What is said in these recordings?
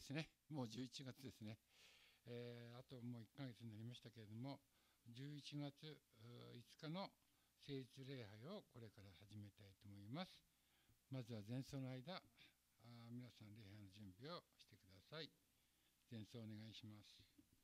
ですね。もう11月ですね。あともう1ヶ月になりましたけれども、11月5日の聖日礼拝をこれから始めたいと思います。まずは前奏の間、皆さん礼拝の準備をしてください。前奏お願いします。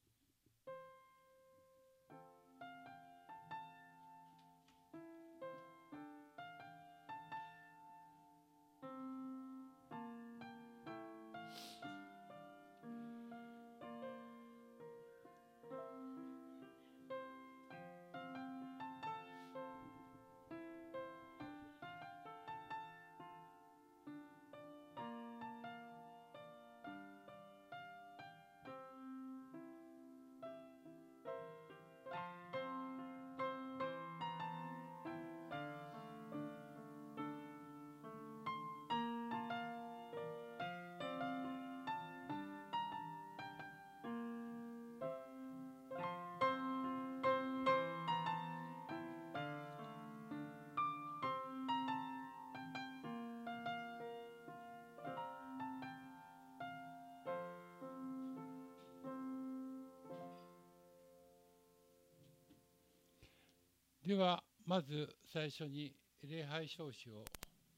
ではまず最初に礼拝唱詞を、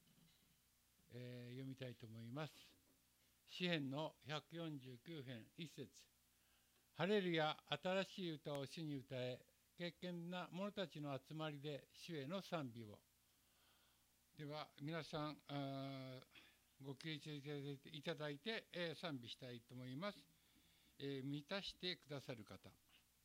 読みたいと思います。詩編の149編1節。ハレルヤ、新しい歌を主に歌え、敬虔な者たちの集まりで主への賛美を。では皆さんご起立いただいて、賛美したいと思います。満たしてくださる方。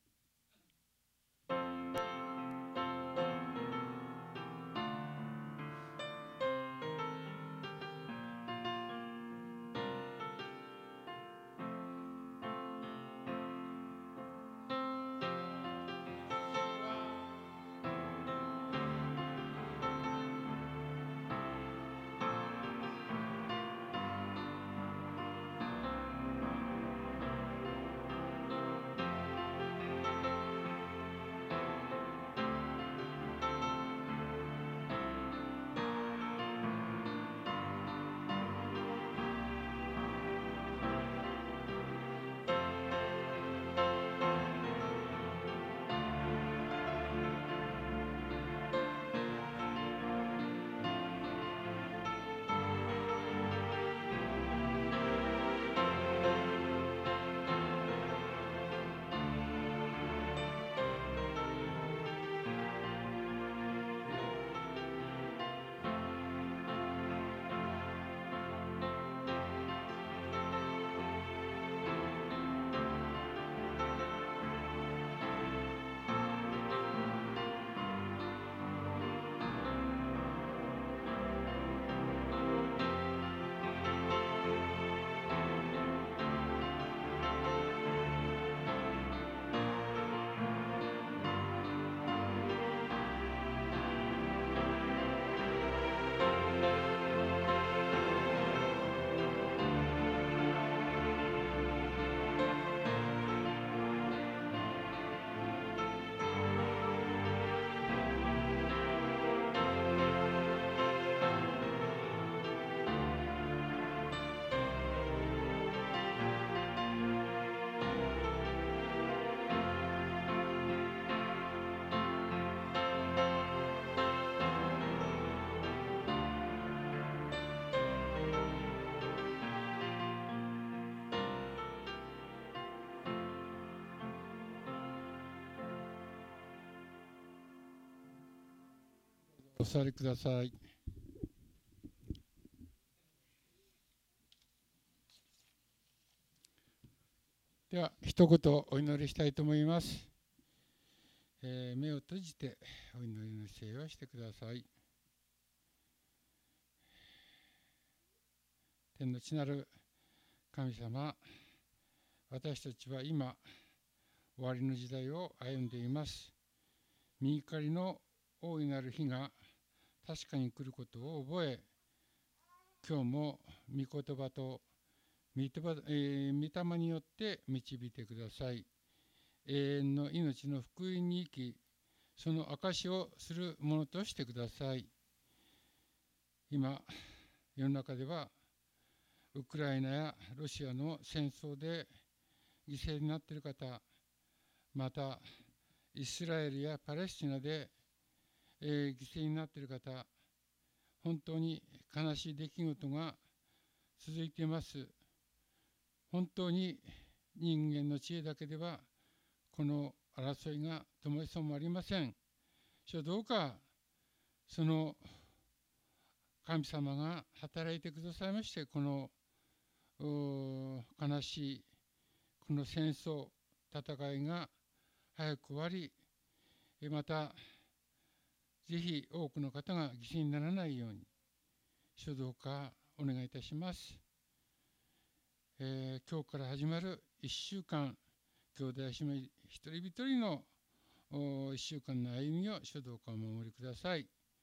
お座りください。では一言お祈りしたいと思います。目を閉じてお祈りの姿勢をしてください。天の地なる神様、私たちは今終わりの時代を歩んでいます。御怒りの大いなる日が確かに来ることを覚え、今日も御言葉と御霊によって導いてください。永遠の命の福音に生き、その証をするものとしてください。今世の中ではウクライナやロシアの戦争で犠牲になっている方、またイスラエルやパレスチナで、犠牲になっている方、本当に悲しい出来事が続いています。本当に人間の知恵だけではこの争いが止めそうもありません。どうかその神様が働いてくださいまして、この悲しいこの戦争、戦いが早く終わり、またぜひ多くの方が犠牲にならないように、どうかお願いいたします。今日から始まる1週間、兄弟姉妹一人一人の1週間の歩みをどうかお守りください。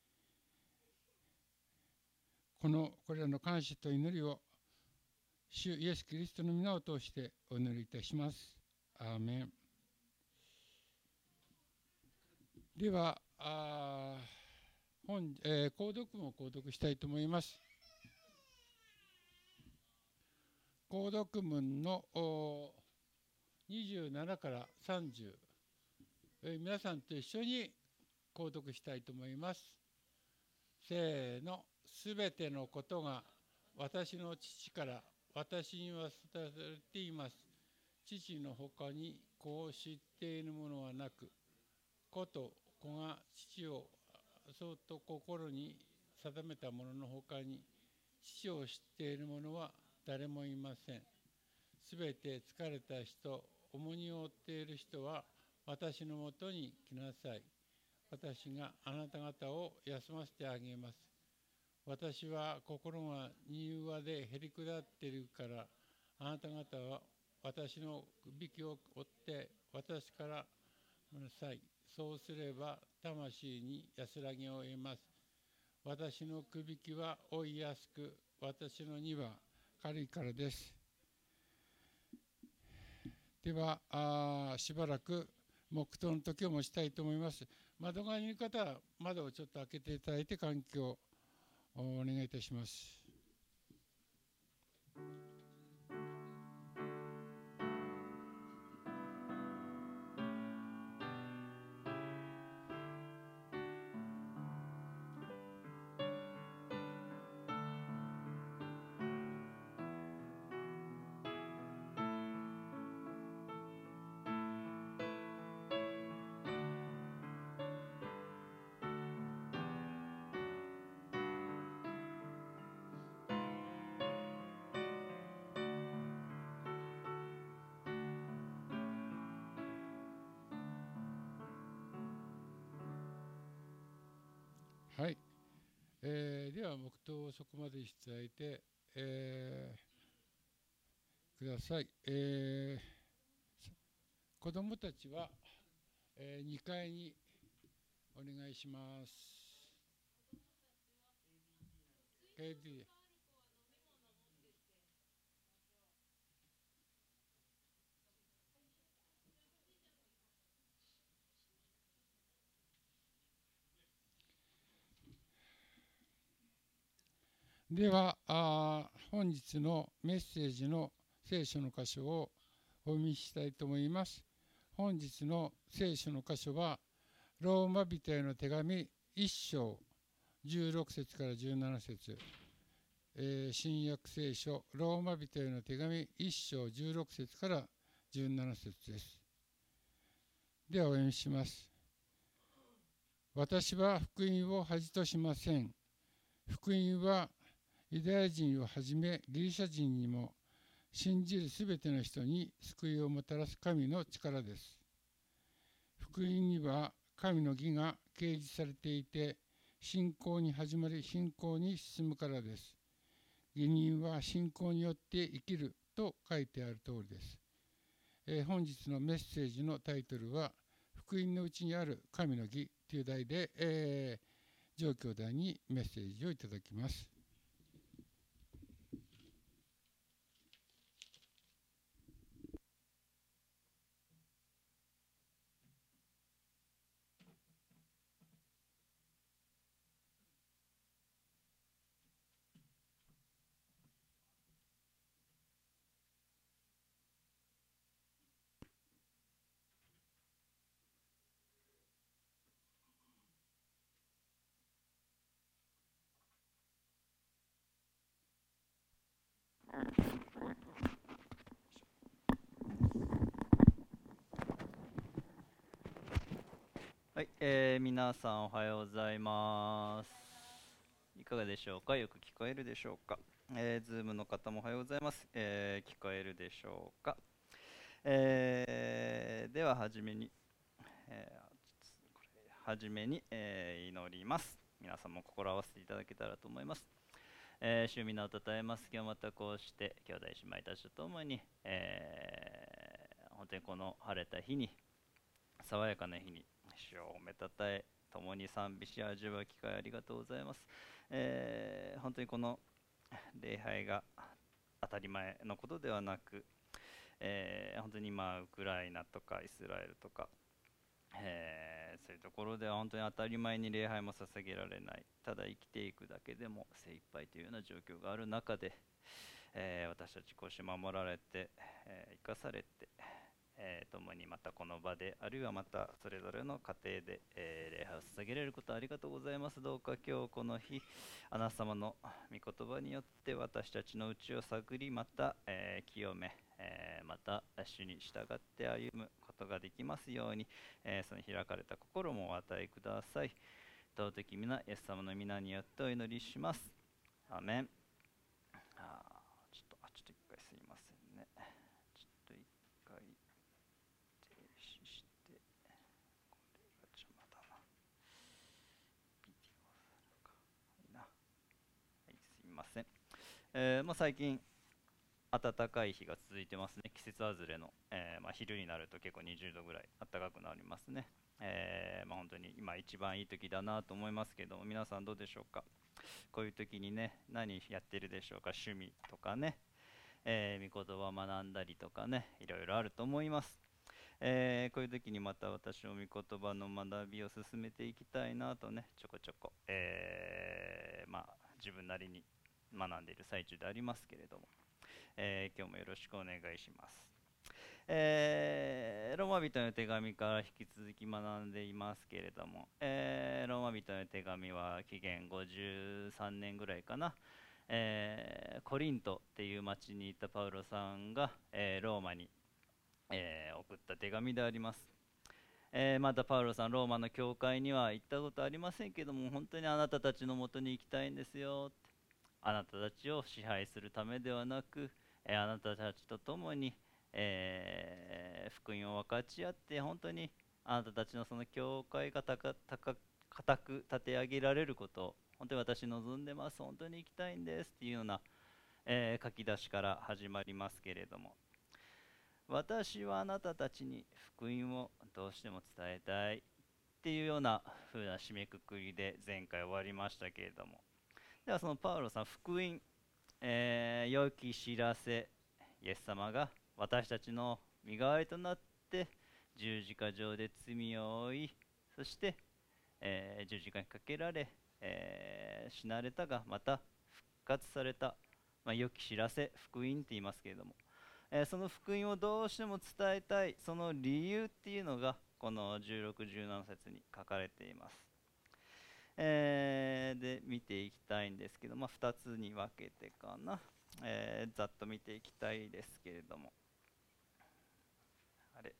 これらの感謝と祈りを主イエス・キリストの皆を通してお祈りいたします。アーメン。では、購読文を購読したいと思います。購読文の27から30、皆さんと一緒に購読したいと思います。せーの。すべてのことが私の父から私には伝えられています。父のほかに子を知っているものはなく、子と子が父をそうと心に定めたもののほかに、父を知っている者は誰もいません。すべて疲れた人、重荷を負っている人は私のもとに来なさい。私があなた方を休ませてあげます。私は心が柔和でへりくだっているから、あなた方は私のくびきを追って私からなさい。そうすれば魂に安らぎを得ます。私のくびきは追いやすく、私の荷は軽いからです。ではしばらく黙祷の時を持ちたいと思います。窓側にいる方は窓をちょっと開けていただいて換気をお願いいたします。はい、では黙祷をそこまでしていただいて、ください。子どもたちは、2階にお願いします。では本日のメッセージの聖書の箇所をお読みしたいと思います。本日の聖書の箇所はローマ人への手紙1章16節から17節、新約聖書ローマ人への手紙1章16節から17節です。ではお読みします。私は福音を恥としません。福音はユダヤ人をはじめギリシャ人にも信じるすべての人に救いをもたらす神の力です。福音には神の義が掲示されていて、信仰に始まり信仰に進むからです。義人は信仰によって生きると書いてある通りです。本日のメッセージのタイトルは福音のうちにある神の義という題で、上兄弟にメッセージをいただきます。 はい、皆さんおはようございます。いかがでしょうか。よく聞こえるでしょうか。ズームの方もおはようございます。聞こえるでしょうか。でははじめに、祈ります。皆さんも心を合わせていただけたらと思います。主皆をたたえます。今日またこうして兄弟姉妹たちとともに、本当にこの晴れた日に、爽やかな日に主をめたたえ共に賛美し味わう機会ありがとうございます。本当にこの礼拝が当たり前のことではなく、本当に今ウクライナとかイスラエルとか、そういうところでは本当に当たり前に礼拝も捧げられない、ただ生きていくだけでも精一杯というような状況がある中で、私たちこうして守られて、生かされて、共にまたこの場で、あるいはまたそれぞれの家庭で、礼拝を捧げられることありがとうございます。どうか今日この日、あなた様の御言葉によって私たちの内を探り、また、清め、また主に従って歩むことができますように、その開かれた心もお与えください。尊き皆、イエス様の皆によってお祈りします。アーメン。ちょっと一回すいませんね。ちょっと一回停止して、これが邪魔だな。ビデオか。いいな。はい、すいません。最近、暖かい日が続いてますね。季節外れの、昼になると結構20度ぐらい暖かくなりますね。本当に今一番いい時だなと思いますけども、皆さんどうでしょうか。こういう時にね、何やってるでしょうか。趣味とかね、御言葉を学んだりとかね、いろいろあると思います。こういう時にまた私の御言葉の学びを進めていきたいなとね、ちょこちょこ、自分なりに学んでいる最中でありますけれども、今日もよろしくお願いします。ローマ人の手紙から引き続き学んでいますけれども、ローマ人の手紙は紀元53年ぐらいかな、コリントっていう町にいたパウロさんが、ローマに、送った手紙であります。またパウロさん、ローマの教会には行ったことありませんけども、本当にあなたたちのもとに行きたいんですよって。あなたたちを支配するためではなく、あなたたちと共に、福音を分かち合って、本当にあなたたちのその教会が固く立て上げられることを本当に私望んでます、本当に行きたいんですっていうような、書き出しから始まりますけれども、私はあなたたちに福音をどうしても伝えたいっていうような風な締めくくりで前回終わりましたけれども、ではそのパウロさん、福音、良き知らせ、イエス様が私たちの身代わりとなって十字架上で罪を負い、そして、十字架にかけられ、死なれたがまた復活された、良き知らせ、福音って言いますけれども、その福音をどうしても伝えたい、その理由っていうのがこの16、17節に書かれています。で見ていきたいんですけど、2つに分けてかな、ざっと見ていきたいですけれども、あれ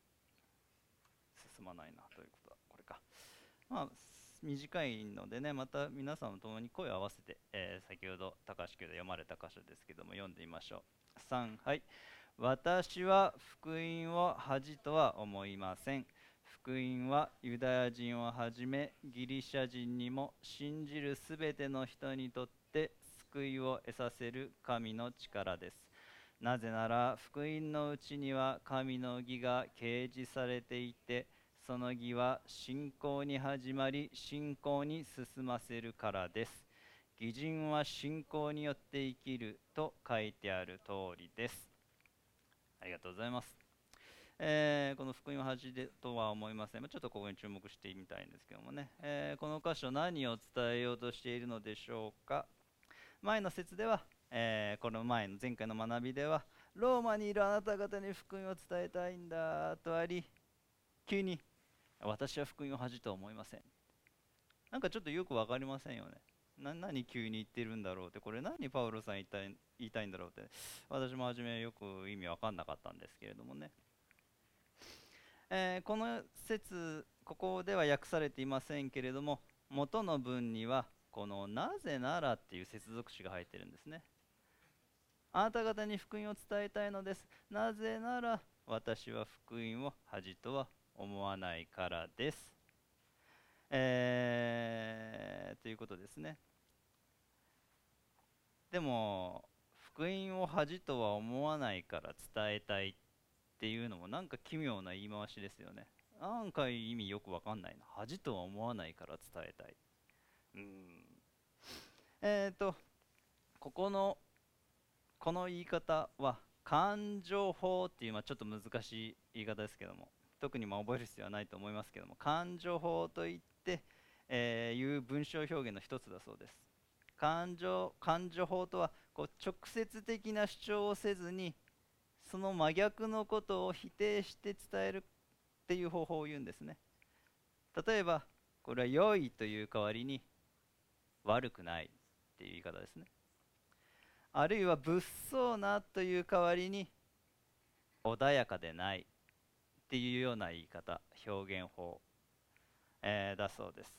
進まないなということはこれか。短いのでね、また皆さんともに声を合わせて、先ほど高橋教で読まれた箇所ですけども、読んでみましょう。3、はい。私は福音を恥とは思いません。福音はユダヤ人をはじめギリシャ人にも信じるすべての人にとって救いを得させる神の力です。なぜなら福音のうちには神の義が掲示されていて、その義は信仰に始まり信仰に進ませるからです。義人は信仰によって生きると書いてある通りです。ありがとうございます。この福音を恥とは思いません。ちょっとここに注目してみたいんですけどもね、この箇所何を伝えようとしているのでしょうか。前の説では、この前回の学びでは、ローマにいるあなた方に福音を伝えたいんだとあり、急に私は福音を恥とは思いません。なんかちょっとよく分かりませんよね。何急に言ってるんだろうって、これ何パウロさん言いたいんだろうって、私も初めよく意味分かんなかったんですけれどもね。 この説、ここでは訳されていませんけれども、元の文にはこのなぜならっていう接続詞が入ってるんですね。あなた方に福音を伝えたいのです。なぜなら私は福音を恥とは思わないからです。ということですね。でも福音を恥とは思わないから伝えたいっていうのもなんか奇妙な言い回しですよね。なんか意味よくわかんないな。恥とは思わないから伝えたい。ここのこの言い方は感情法っていう、ちょっと難しい言い方ですけども、特に覚える必要はないと思いますけども、感情法といって、いう文章表現の一つだそうです。感情法とはこう直接的な主張をせずにその真逆のことを否定して伝えるっていう方法を言うんですね。例えばこれは良いという代わりに悪くないっていう言い方ですね。あるいは物騒なという代わりに穏やかでないっていうような言い方、表現法、だそうです。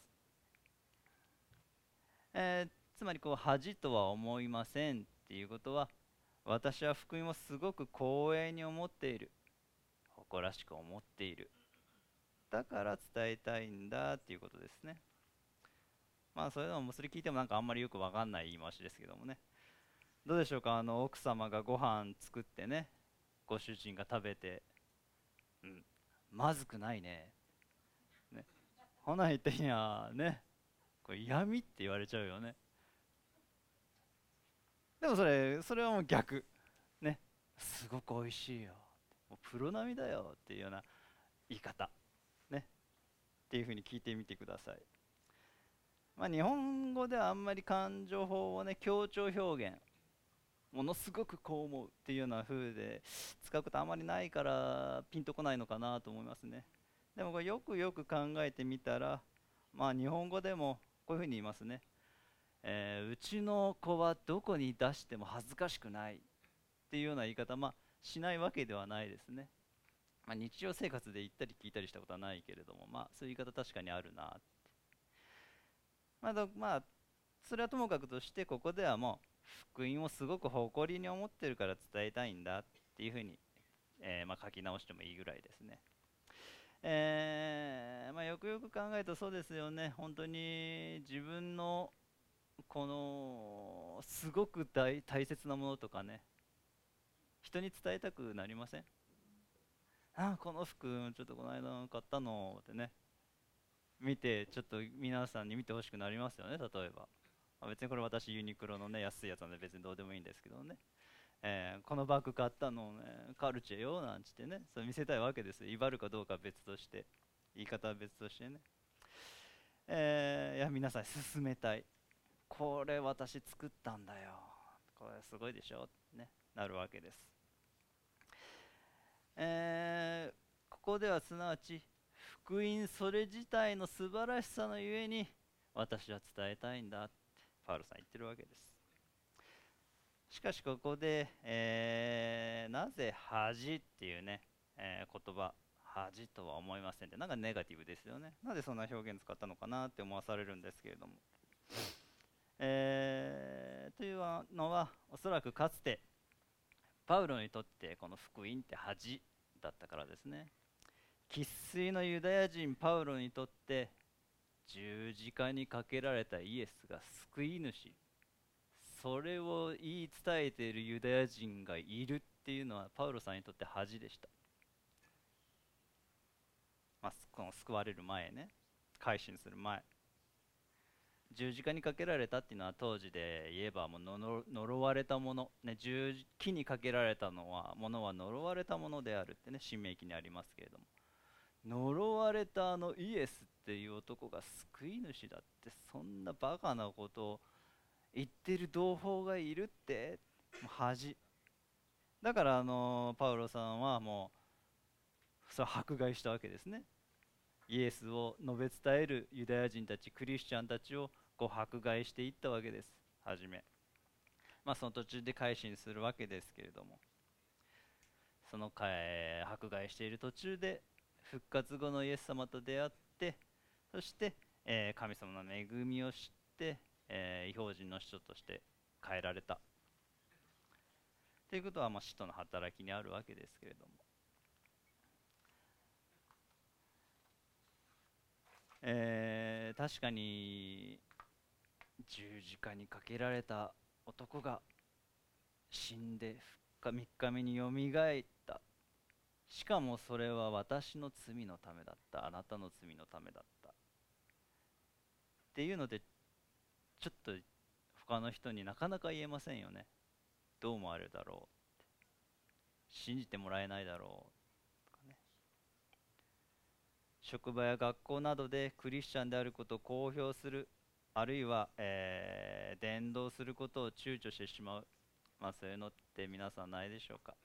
つまりこう恥とは思いませんっていうことは、私は福音をすごく光栄に思っている、誇らしく思っている、だから伝えたいんだっていうことですね。それでもそれ聞いてもなんかあんまりよくわかんない言い回しですけどもね。どうでしょうか。奥様がご飯作ってね、ご主人が食べて、まずくないね、ほな言ってんやね、これ嫌味って言われちゃうよね。でもそれはもう逆ね、すごく美味しいよ、もうプロ並みだよっていうような言い方ねっていうふうに聞いてみてください。日本語ではあんまり感情法をね、強調表現、ものすごくこう思うっていうような風で使うことあまりないからピンとこないのかなと思いますね。でもこれよくよく考えてみたら、日本語でもこういうふうに言いますね。うちの子はどこに出しても恥ずかしくないっていうような言い方、しないわけではないですね。日常生活で言ったり聞いたりしたことはないけれども、そういう言い方確かにあるなって。それはともかくとして、ここではもう福音をすごく誇りに思ってるから伝えたいんだっていうふうに、書き直してもいいぐらいですね。よくよく考えるとそうですよね。本当に自分のこのすごく大切なものとかね、人に伝えたくなりません？この服ちょっとこの間買ったのってね、見てちょっと皆さんに見てほしくなりますよね。例えば、別にこれ私ユニクロのね安いやつなんで別にどうでもいいんですけどね、このバッグ買ったのねカルチェよなんつってね、それ見せたいわけですよ。威張るかどうかは別として、言い方は別としてね、いや皆さん勧めたい、これ私作ったんだよ、これすごいでしょね、なるわけです。ここではすなわち福音それ自体の素晴らしさのゆえに私は伝えたいんだってパウロさん言ってるわけです。しかしここで、なぜ恥っていうね、言葉、恥とは思いませんってなんかネガティブですよね。なぜそんな表現使ったのかなって思わされるんですけれども、というのはおそらくかつてパウロにとってこの福音って恥だったからですね。生粋のユダヤ人パウロにとって十字架にかけられたイエスが救い主、それを言い伝えているユダヤ人がいるっていうのはパウロさんにとって恥でした。この救われる前ね、改心する前、十字架にかけられたっていうのは当時で言えばもう呪われたもの、ね、十字架にかけられたものは呪われたものであるってね、新明記にありますけれども、呪われたイエスっていう男が救い主だって、そんなバカなことを言ってる同胞がいるって、もう恥だから、パウロさんはもうそれ迫害したわけですね。イエスを述べ伝えるユダヤ人たち、クリスチャンたちをこう迫害していったわけです。はじめ、その途中で改心するわけですけれども、その迫害している途中で復活後のイエス様と出会って、そして、神様の恵みを知って、異邦人の人として変えられたということは、使徒の働きにあるわけですけれども、確かに十字架にかけられた男が死んで3日目によみがえった。しかもそれは私の罪のためだった、あなたの罪のためだったっていうので、ちょっと他の人になかなか言えませんよね。どう思われるだろう、信じてもらえないだろうとかね。職場や学校などでクリスチャンであることを公表する、あるいは、伝道することを躊躇してしまう、そういうのって皆さんないでしょうか。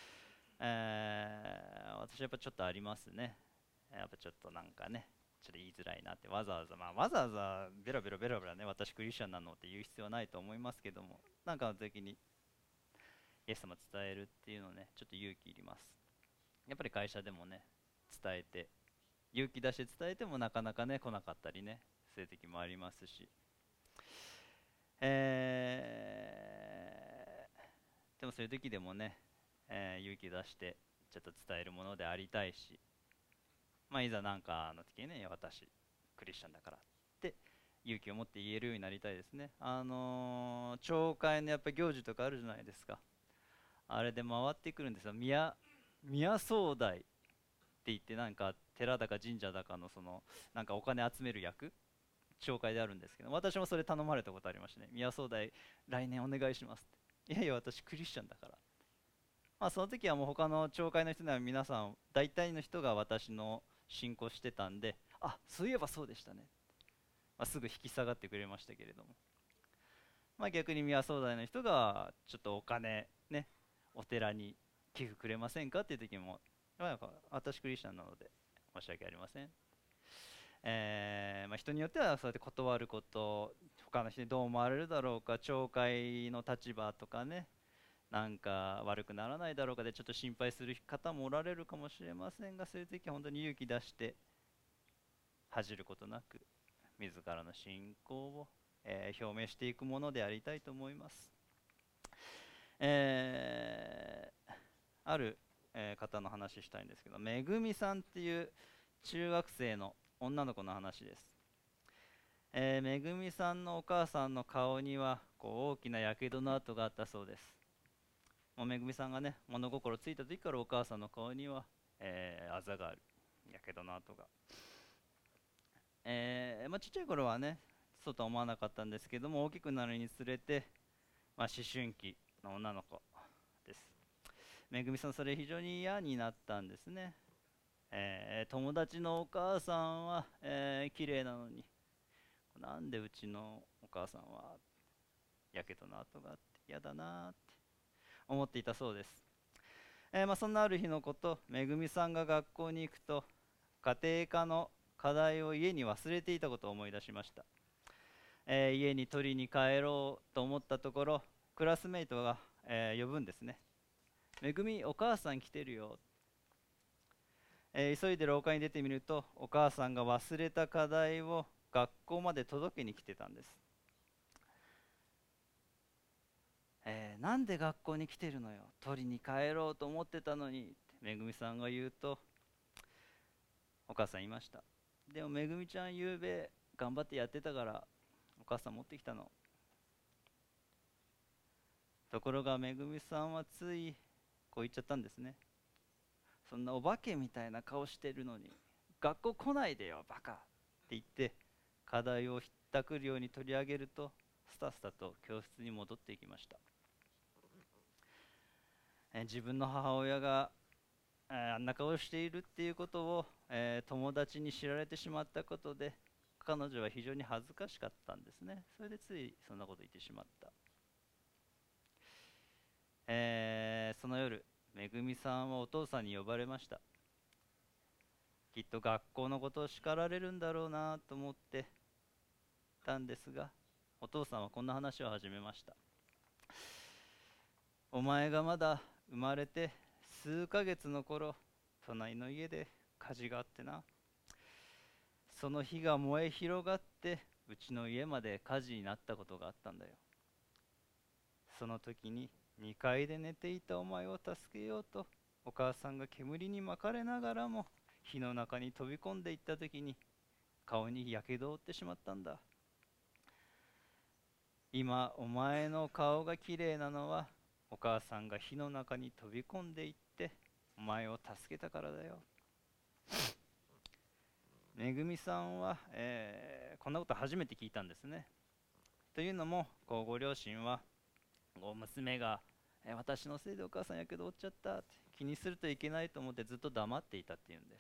私はやっぱちょっとありますね。やっぱちょっとなんかね、ちょっと言いづらいなって、わざわざベラベラね、私クリスチャンなのって言う必要はないと思いますけども、なんかの時にイエス様伝えるっていうのね、ちょっと勇気いります。やっぱり会社でもね、伝えて、勇気出して伝えてもなかなかね来なかったりね、そういう時もありますし、でもそういう時でもね、勇気出してちょっと伝えるものでありたいし、いざなんかの時にね、私クリスチャンだからって勇気を持って言えるようになりたいですね。教会のやっぱ行事とかあるじゃないですか。あれで回ってくるんですよ。宮総代って言って、なんか寺だか神社だかのなんかお金集める役、教会であるんですけど、私もそれ頼まれたことありましたね。宮総代来年お願いしますって。いやいや私クリスチャンだから。その時はもう他の教会の人には皆さん大体の人が私の信仰してたんで、あ、そういえばそうでしたね、すぐ引き下がってくれましたけれども、逆に宮総代の人がちょっとお金ね、お寺に寄付くれませんかっていう時も、私クリスチャンなので申し訳ありません、人によってはそうやって断ること、他の人にどう思われるだろうか、教会の立場とかね、なんか悪くならないだろうかでちょっと心配する方もおられるかもしれませんが、そういう時は本当に勇気出して恥じることなく自らの信仰を、表明していくものでありたいと思います。ある、方の話したいんですけど、めぐみさんっていう中学生の女の子の話です。めぐみさんのお母さんの顔には大きなやけどの跡があったそうです。もうめぐみさんがね、物心ついた時からお母さんの顔には、あざがある、やけどの跡が、ちっちゃい頃はねそうとは思わなかったんですけども、大きくなるにつれて、思春期の女の子です。めぐみさんそれ非常に嫌になったんですね。友達のお母さんは、綺麗なのに、なんでうちのお母さんはやけどの跡があって嫌だなって思っていたそうです。そんなある日のこと、めぐみさんが学校に行くと、家庭科の課題を家に忘れていたことを思い出しました。家に取りに帰ろうと思ったところ、クラスメイトが、呼ぶんですね。めぐみ、お母さん来てるよ。急いで廊下に出てみると、お母さんが忘れた課題を学校まで届けに来てたんです。なんで学校に来てるのよ、取りに帰ろうと思ってたのにってめぐみさんが言うと、お母さん言いました。でもめぐみちゃんゆうべ頑張ってやってたからお母さん持ってきたの。ところがめぐみさんはついこう言っちゃったんですね。そんなお化けみたいな顔してるのに学校来ないでよバカって言って、課題をひったくるように取り上げると、スタスタと教室に戻っていきました。自分の母親が、あんな顔をしているっていうことを、友達に知られてしまったことで、彼女は非常に恥ずかしかったんですね。それでついそんなこと言ってしまった。その夜、めぐみさんはお父さんに呼ばれました。きっと学校のことを叱られるんだろうなと思ってたんですが、お父さんはこんな話を始めました。お前がまだ生まれて数ヶ月の頃、隣の家で火事があってな、その火が燃え広がってうちの家まで火事になったことがあったんだよ。その時に2階で寝ていたお前を助けようとお母さんが煙に巻かれながらも火の中に飛び込んでいった時に顔にやけどを負ってしまったんだ。今お前の顔がきれいなのはお母さんが火の中に飛び込んでいってお前を助けたからだよ。めぐみさんは、こんなこと初めて聞いたんですね。というのもご両親は娘が、私のせいでお母さんやけど負っちゃったって気にするといけないと思ってずっと黙っていたっていうんです。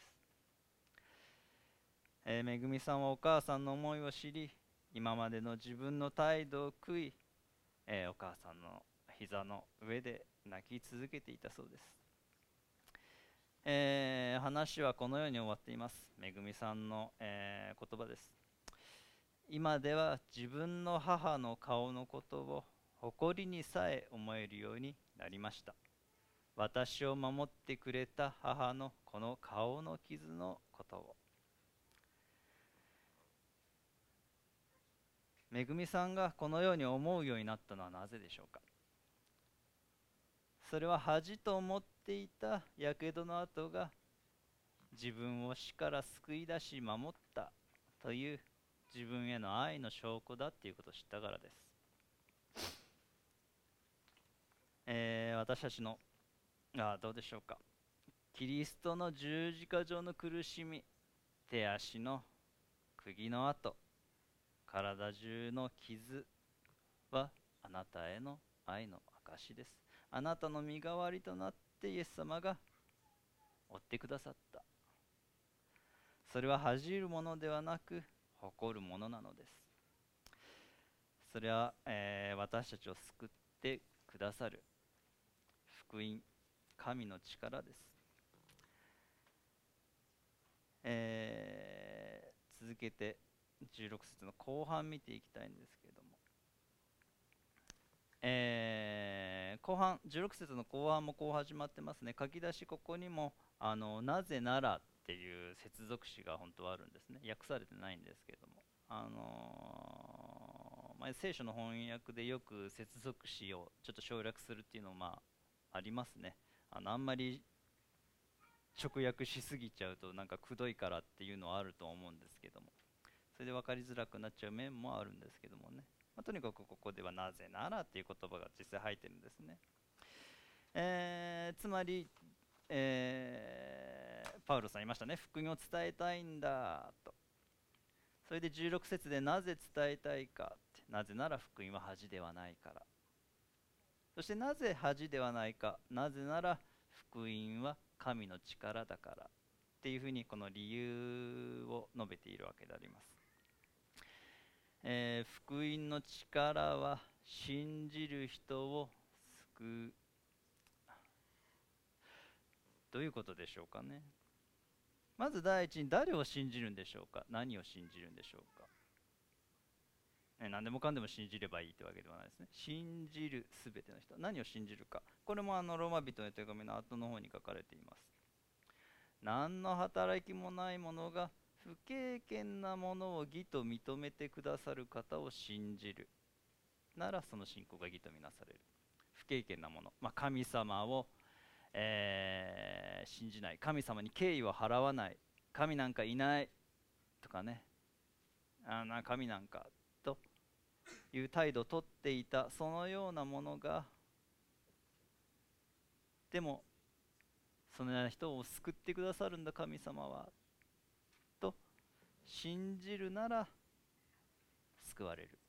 めぐみさんはお母さんの思いを知り、今までの自分の態度を悔い、お母さんの膝の上で泣き続けていたそうです。話はこのように終わっています。めぐみさんの、言葉です。今では自分の母の顔のことを誇りにさえ思えるようになりました。私を守ってくれた母のこの顔の傷のことを。めぐみさんがこのように思うようになったのはなぜでしょうか。それは恥と思っていたやけどの跡が自分を死から救い出し守ったという自分への愛の証拠だっていうことを知ったからです。私たちのどうでしょうか。キリストの十字架上の苦しみ、手足の釘の跡、体中の傷はあなたへの愛の証です。あなたの身代わりとなってイエス様が追ってくださった。それは恥じるものではなく誇るものなのです。それは、私たちを救ってくださる福音、神の力です。続けて16節の後半見ていきたいんですけれども、後半16節の後半もこう始まってますね。書き出しここにもなぜならっていう接続詞が本当はあるんですね。訳されてないんですけれども、聖書の翻訳でよく接続詞をちょっと省略するっていうのもありますね。あんまり直訳しすぎちゃうとなんかくどいからっていうのはあると思うんですけども、それで分かりづらくなっちゃう面もあるんですけどもね、とにかくここではなぜならっていう言葉が実際入ってるんですね。つまり、パウロさん言いましたね。福音を伝えたいんだと。それで16節でなぜ伝えたいかって、なぜなら福音は恥ではないから。そしてなぜ恥ではないか、なぜなら福音は神の力だからっていうふうにこの理由を述べているわけであります。福音の力は信じる人を救う。どういうことでしょうかね。まず第一に誰を信じるんでしょうか。何を信じるんでしょうか。何でもかんでも信じればいいというわけではないですね。信じるすべての人、何を信じるか、これもローマ人の手紙の後の方に書かれています。何の働きもない者が不経験なものを義と認めてくださる方を信じるなら、その信仰が義とみなされる。不経験なもの、神様を、信じない、神様に敬意を払わない、神なんかいないとかね、神なんかという態度をとっていた、そのようなものが、でもそのような人を救ってくださるんだ神様はと信じるなら救われる。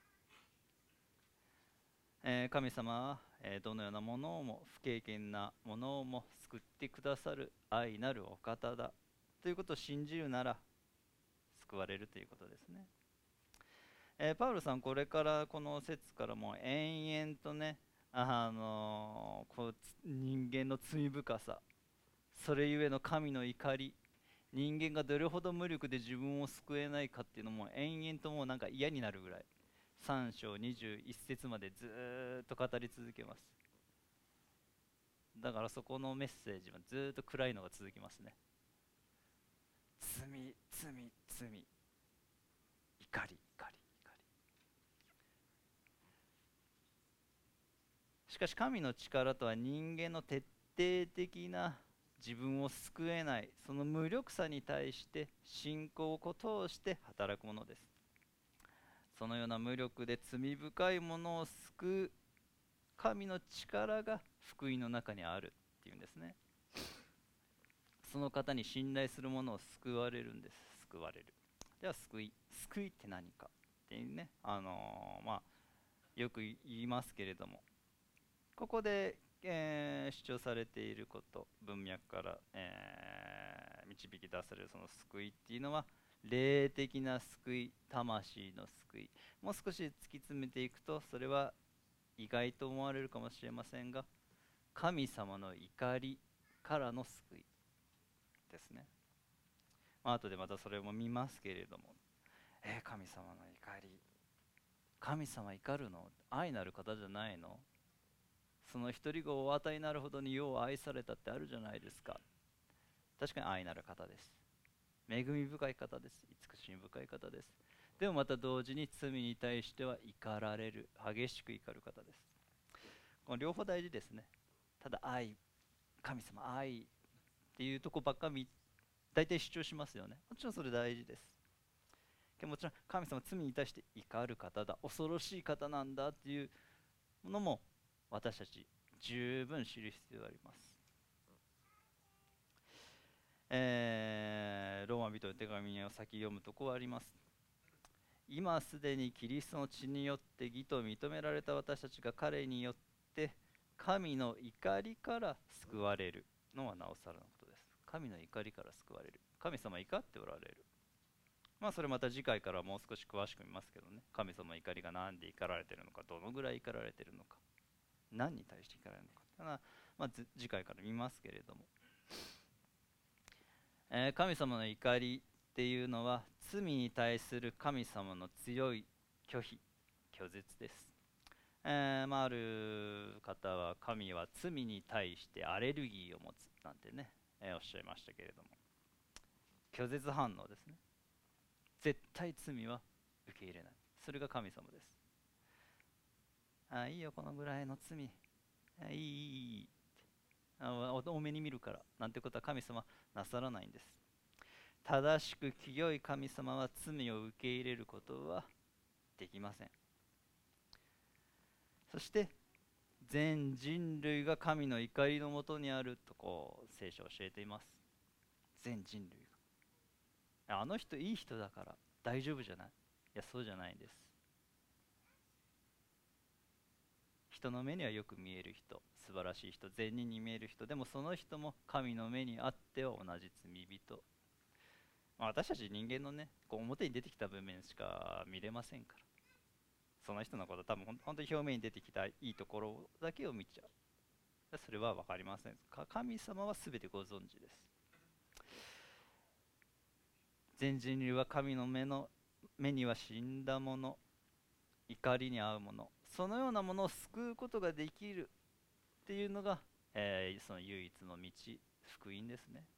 神様は、どのようなものをも不経験なものをも救ってくださる愛なるお方だということを信じるなら救われるということですね。パウロさんこれからこの説からも延々とね、人間の罪深さ、それゆえの神の怒り、人間がどれほど無力で自分を救えないかっていうのも延々ともうなんか嫌になるぐらい3章21節までずっと語り続けます。だからそこのメッセージはずっと暗いのが続きますね。 罪、罪、罪、怒り、怒り。しかし神の力とは人間の徹底的な自分を救えないその無力さに対して信仰を通して働くものです。そのような無力で罪深いものを救う神の力が福音の中にあるっていうんですね。その方に信頼する者を救われるんです。救われる。では救いって何かっていうね、よく言いますけれども、ここで、主張されていること、文脈から、導き出されるその救いっていうのは、霊的な救い、魂の救い。もう少し突き詰めていくと、それは意外と思われるかもしれませんが、神様の怒りからの救いですね。後でまたそれも見ますけれども、神様の怒り、神様怒るの愛なる方じゃないの？その一人子をお与えになるほどによう愛されたってあるじゃないですか。確かに愛なる方です。恵み深い方です。慈しみ深い方です。でもまた同時に罪に対しては怒られる、激しく怒る方です。この両方大事ですね。ただ愛、神様愛っていうとこばっかり大体主張しますよね。もちろんそれ大事です。もちろん神様罪に対して怒る方だ、恐ろしい方なんだっていうものも私たち十分知る必要があります。ローマ人の手紙を先読むとこうあります。今すでにキリストの血によって義と認められた私たちが彼によって神の怒りから救われるのはなおさらのことです。神の怒りから救われる。神様怒っておられる。それまた次回からもう少し詳しく見ますけどね。神様の怒りが何で怒られているのか、どのぐらい怒られているのか、何に対して怒られるのか、次回から見ますけれども、神様の怒りっていうのは罪に対する神様の強い拒否、拒絶です。ある方は神は罪に対してアレルギーを持つなんてね、おっしゃいましたけれども、拒絶反応ですね。絶対罪は受け入れない。それが神様です。いいよこのぐらいの罪、いい多めに見るからなんてことは神様なさらないんです。正しく清い神様は罪を受け入れることはできません。そして全人類が神の怒りのもとにあると聖書を教えています。全人類が、あの人いい人だから大丈夫じゃない。いや、そうじゃないんです。人の目にはよく見える人、素晴らしい人、善人に見える人、でもその人も神の目にあっては同じ罪人。私たち人間のね、表に出てきた部面しか見れませんから、その人のこと多分本当に表面に出てきたいいところだけを見ちゃう。それは分かりません。神様は全てご存知です。全人類は神の目には死んだもの、怒りに遭うもの、そのようなものを救うことができるっていうのが、その唯一の道、福音ですね。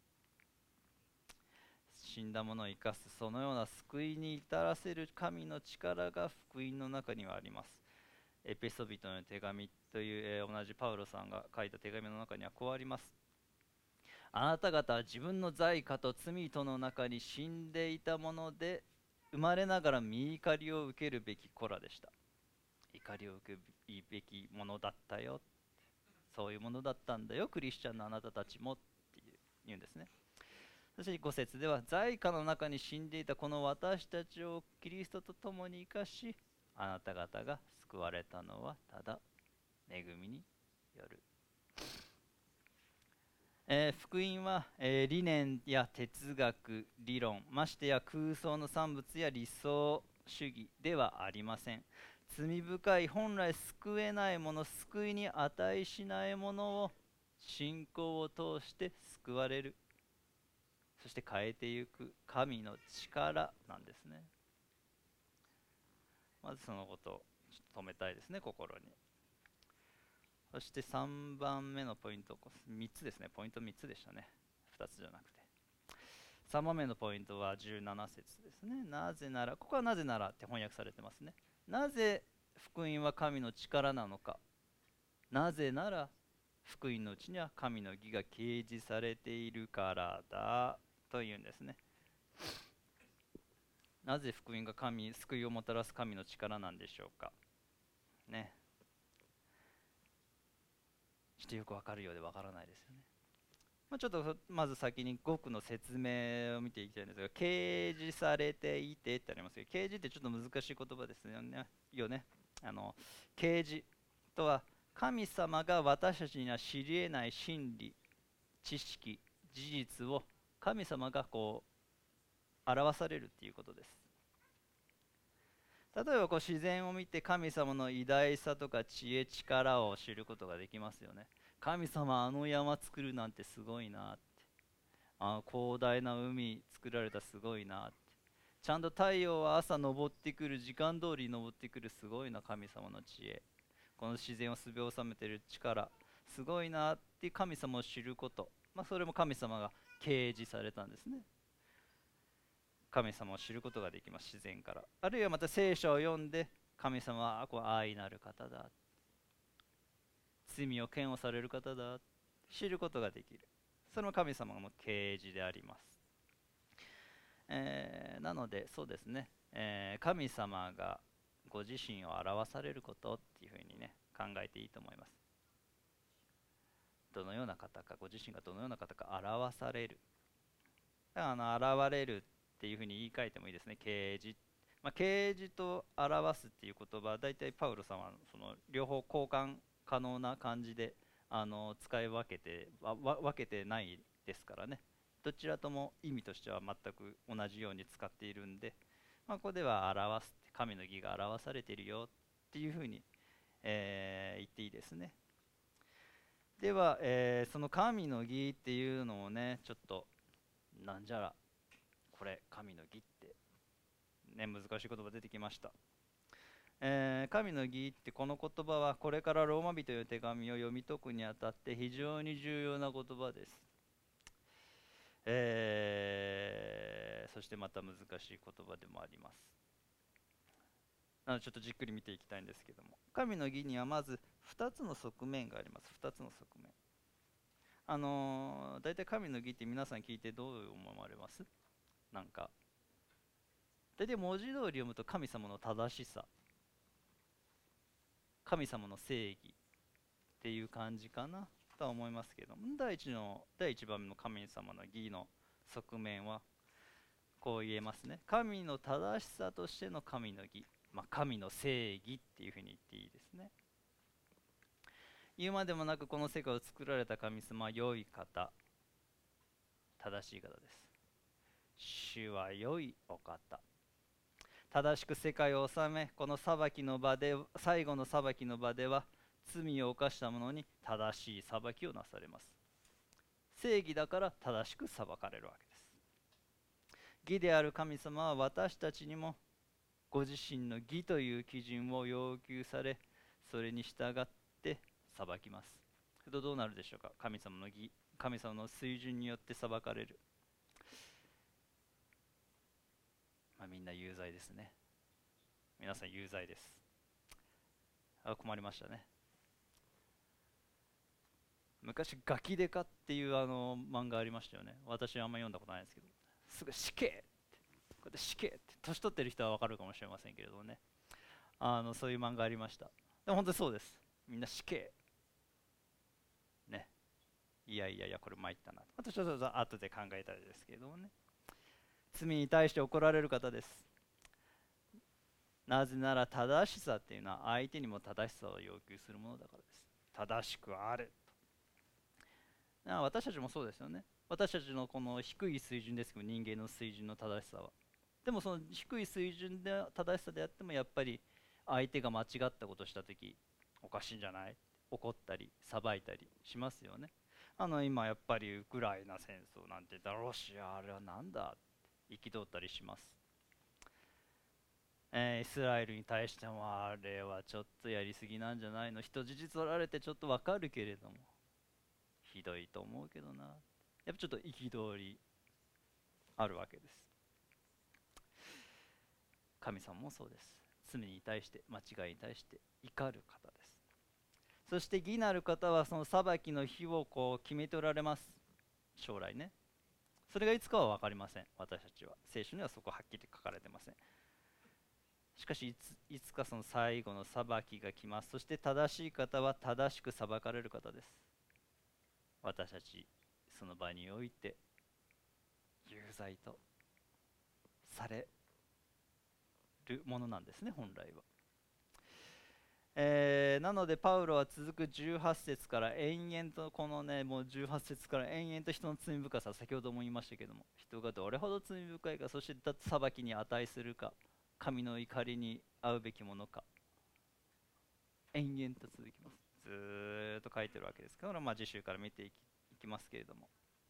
死んだものを生かす、そのような救いに至らせる神の力が福音の中にはあります。エペソビトの手紙という、同じパウロさんが書いた手紙の中にはこうあります。あなた方は自分の罪過と罪との中に死んでいたもので、生まれながら御怒りを受けるべき子らでした。怒りを受けるべきものだったよ、そういうものだったんだよ、クリスチャンのあなたたちもって言うんですね。そして5節では、罪過の中に死んでいたこの私たちをキリストと共に生かし、あなた方が救われたのはただ恵みによる。福音は、理念や哲学、理論、ましてや空想の産物や理想主義ではありません。罪深い本来救えないもの、救いに値しないものを信仰を通して救われる、そして変えていく神の力なんですね。まずそのことをちょっと止めたいですね、心に。そして3番目のポイント、3つですね。ポイント3つでしたね。2つじゃなくて。 3番目のポイントは17節ですね。なぜなら、ここはなぜならって翻訳されてますね。なぜ福音は神の力なのか。なぜなら福音のうちには神の義が掲示されているからだというんですね。なぜ福音が救いをもたらす神の力なんでしょうか。ね。ちょっとよくわかるようでわからないですよね。ちょっとまず先に語句の説明を見ていきたいんですが、掲示されていてってありますけど、掲示ってちょっと難しい言葉ですよね。掲示とは神様が私たちには知り得ない真理、知識、事実を神様が表されるっていうことです。例えば自然を見て神様の偉大さとか知恵、力を知ることができますよね。神様あの山作るなんてすごいなって、広大な海作られたすごいなって、ちゃんと太陽は朝昇ってくる時間通り昇ってくるすごいな神様の知恵、この自然をすべ収めてる力すごいなって神様を知ること、それも神様が掲示されたんですね。神様を知ることができます、自然から。あるいはまた聖書を読んで神様は愛なる方だ、罪を嫌悪される方だ知ることができる。それも神様の啓示であります。なのでそうですね、神様がご自身を表されることっていうふうにね考えていいと思います。どのような方か、ご自身がどのような方か表される、現れるっていうふうに言い換えてもいいですね。啓示、啓示と表すっていう言葉はだいたいパウロさんはその両方交換可能な感じで使い分けてないですからね。どちらとも意味としては全く同じように使っているんで、ここでは表す、神の義が表されているよっていうふうに、言っていいですね。では、その神の義っていうのをねちょっとなんじゃらこれ神の義ってね難しい言葉出てきました。神の義ってこの言葉はこれからローマ人への手紙を読み解くにあたって非常に重要な言葉です。そしてまた難しい言葉でもあります。なのでちょっとじっくり見ていきたいんですけども、神の義にはまず2つの側面があります。2つの側面。大体神の義って皆さん聞いてどう思われます？なんか大体文字通り読むと神様の正しさ、神様の正義っていう感じかなとは思いますけども、第一番目の神様の義の側面はこう言えますね。神の正しさとしての神の義、神の正義っていうふうに言っていいですね。言うまでもなくこの世界を作られた神様は良い方、正しい方です。主は良いお方、正しく世界を治め、この裁きの場で、最後の裁きの場では罪を犯した者に正しい裁きをなされます。正義だから正しく裁かれるわけです。義である神様は私たちにもご自身の義という基準を要求され、それに従って裁きます。けどどうなるでしょうか。神様の義、神様の水準によって裁かれる。みんな有罪ですね。皆さん有罪です。困りましたね。昔ガキデカっていう漫画ありましたよね。私はあんま読んだことないんですけど、すぐ死刑ってこうやって死刑って年取ってる人は分かるかもしれませんけれどもね、そういう漫画ありました。でも本当にそうです。みんな死刑ね。いやこれ参ったな。私はちょっと後で考えたいですけれどもね、罪に対して怒られる方です。なぜなら正しさっていうのは相手にも正しさを要求するものだからです。正しくあれと。私たちもそうですよね。私たちのこの低い水準ですけど、人間の水準の正しさは。でもその低い水準で正しさであってもやっぱり相手が間違ったことをしたとき、おかしいんじゃない？怒ったり裁いたりしますよね。今やっぱりウクライナ戦争なんてロシアあれはなんだって憤ったりします。イスラエルに対してもあれはちょっとやりすぎなんじゃないの、人質取られてちょっとわかるけれどもひどいと思うけどな、やっぱちょっと憤りあるわけです。神様もそうです。罪に対して、間違いに対して怒る方です。そして義なる方はその裁きの日を決めておられます。将来ね。それがいつかは分かりません。私たちは聖書にはそこはっきり書かれてません。しかしいつかその最後の裁きが来ます。そして正しい方は正しく裁かれる方です。私たちその場において有罪とされるものなんですね、本来は。なのでパウロは続く18節から延々とこのね、もう18節から延々と人の罪深さ、先ほども言いましたけども、人がどれほど罪深いか、そして裁きに値するか、神の怒りに遭うべきものか、延々と続きます。ずーっと書いてるわけですから、次週から見ていきますけれども、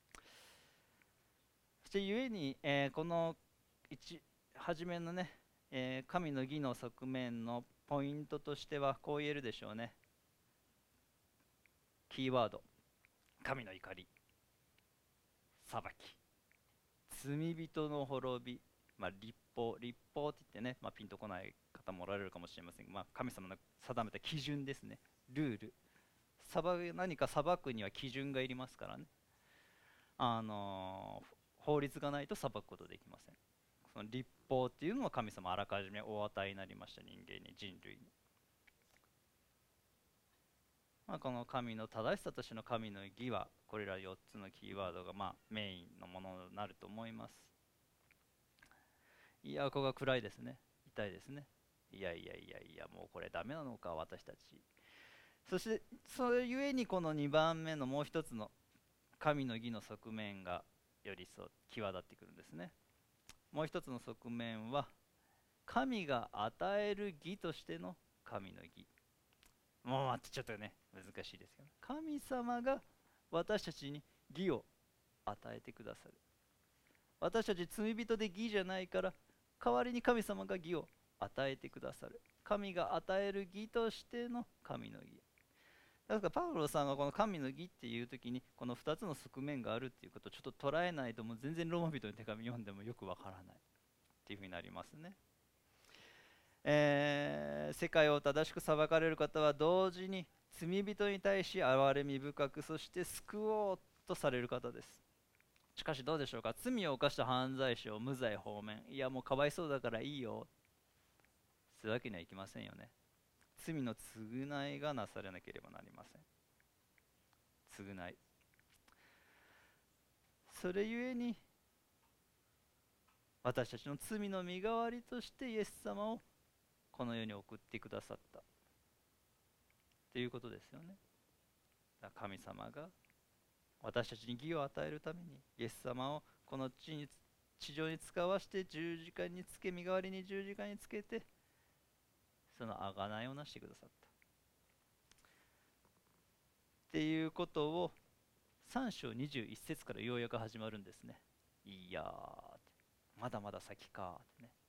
そしてゆえに、この初めのね、神の義の側面のポイントとしてはこう言えるでしょうね。キーワード、神の怒り、裁き、罪人の滅び、立法って言ってね、ピンとこない方もおられるかもしれませんが、神様の定めた基準ですね、ルール。何か裁くには基準がいりますからね。法律がないと裁くことできません。その立法っていうのは神様あらかじめお与えになりました、人間に、人類に。この神の正しさとしての神の義は、これら4つのキーワードがメインのものになると思います。いや、ここが暗いですね。痛いですね。いや、もうこれダメなのか、私たち。そして、それゆえにこの2番目のもう一つの神の義の側面がよりそう際立ってくるんですね。もう一つの側面は、神が与える義としての神の義。もう待って、ちょっとね、難しいですよね。神様が私たちに義を与えてくださる。私たち罪人で義じゃないから、代わりに神様が義を与えてくださる。神が与える義としての神の義。だからパウロさんがこの神の義っていう時にこの2つの側面があるっていうことをちょっと捉えないと、もう全然ローマ人の手紙読んでもよくわからないっていうふうになりますね。世界を正しく裁かれる方は同時に罪人に対し憐れみ深く、そして救おうとされる方です。しかしどうでしょうか。罪を犯した犯罪者を無罪放免、いやもうかわいそうだからいいよ、そういうわけにはいきませんよね。罪の償いがなされなければなりません。償い。それゆえに私たちの罪の身代わりとしてイエス様をこの世に送ってくださったということですよね。神様が私たちに義を与えるためにイエス様をこの地上に使わして十字架につけ、身代わりに十字架につけて、その贖いをなしてくださったっていうことを3章21節からようやく始まるんですね。いやー、まだまだ先かってね。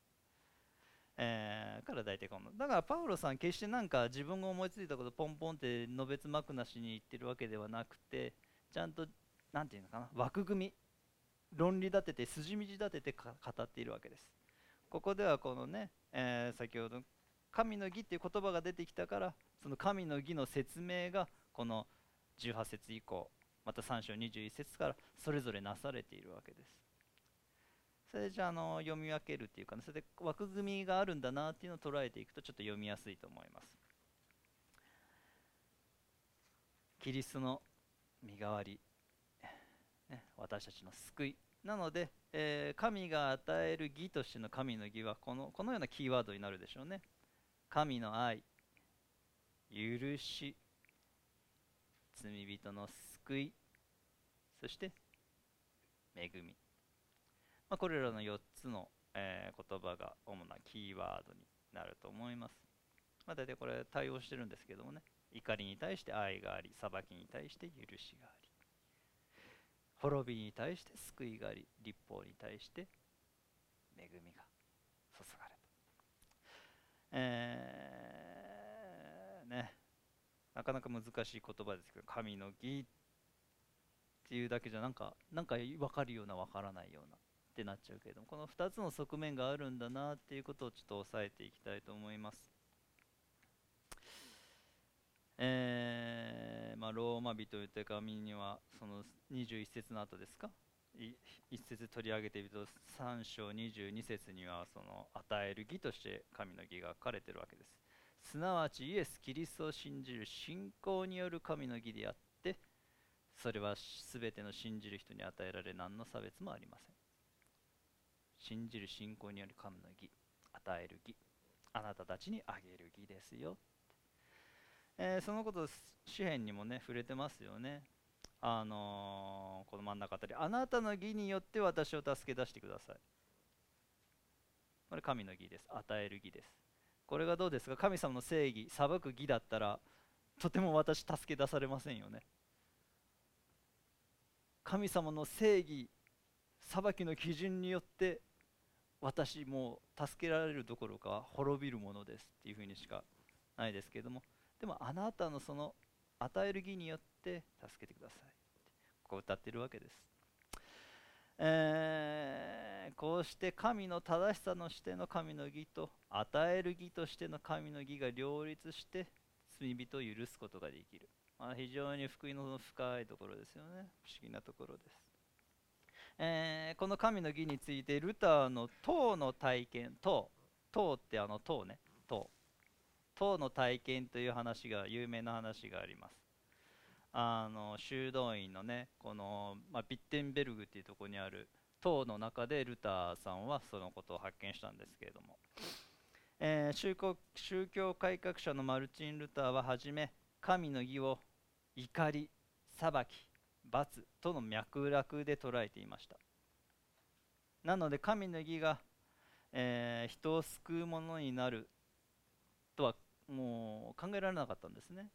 から大体このだからパウロさん決してなんか自分が思いついたことポンポンってのべつ幕なしに言ってるわけではなくて、ちゃんとなんていうのかな、枠組み、論理立てて筋道立てて語っているわけです。ここではこのね、先ほど神の義っていう言葉が出てきたから、その神の義の説明がこの18節以降、また3章21節からそれぞれなされているわけです。それじゃ読み分けるっていうかね、それで枠組みがあるんだなっていうのを捉えていくとちょっと読みやすいと思います。キリストの身代わり、ね、私たちの救いなので、神が与える義としての神の義はこのようなキーワードになるでしょうね。神の愛、許し、罪人の救い、そして恵み、これらの4つの、言葉が主なキーワードになると思います。大体これ対応してるんですけどもね、怒りに対して愛があり、裁きに対して許しがあり、滅びに対して救いがあり、立法に対して恵みが注がれた。ね、なかなか難しい言葉ですけど、神の義っていうだけじゃなんか分かるような分からないようなっってなっちゃうけれども、この2つの側面があるんだなっていうことをちょっと押さえていきたいと思います。ローマ人という手紙にはその21節の後ですか、一節取り上げていると3章22節にはその与える義として神の義が書かれているわけです。すなわちイエス・キリストを信じる信仰による神の義であって、それは全ての信じる人に与えられ何の差別もありません。信じる信仰による神の義、与える義、あなたたちにあげる義ですよ。そのこと詩篇にもね触れてますよね。この真ん中あたり、あなたの義によって私を助け出してください。これ神の義です。与える義です。これがどうですか？神様の正義、裁く義だったらとても私助け出されませんよね。神様の正義、裁きの基準によって私もう助けられるどころか滅びるものですっていうふうにしかないですけれども、でもあなたのその与える義によって助けてください、こう歌ってるわけです。こうして神の正しさのしての神の義と与える義としての神の義が両立して罪人を許すことができる、非常に福音の深いところですよね。不思議なところです。この神の義についてルターの塔の体験、塔って塔ね、塔の体験という話が有名な話があります。修道院のねこの、ビッテンベルグっていうところにある塔の中でルターさんはそのことを発見したんですけれども、宗教改革者のマルチン・ルターははじめ神の義を怒り、裁き、罰との脈絡で捉えていました。なので神の義が、人を救うものになるとはもう考えられなかったんですね。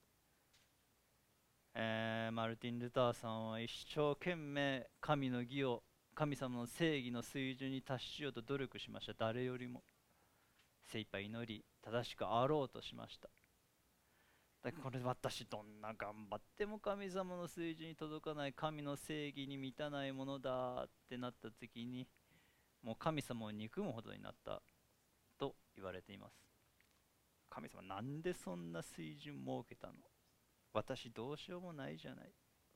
マルティン・ルターさんは一生懸命神の義を、神様の正義の水準に達しようと努力しました。誰よりも精一杯祈り正しくあろうとしました。だからこれ私どんな頑張っても神様の水準に届かない、神の正義に満たないものだってなった時にもう神様を憎むほどになったと言われています。神様なんでそんな水準設けたの、私どうしようもないじゃない。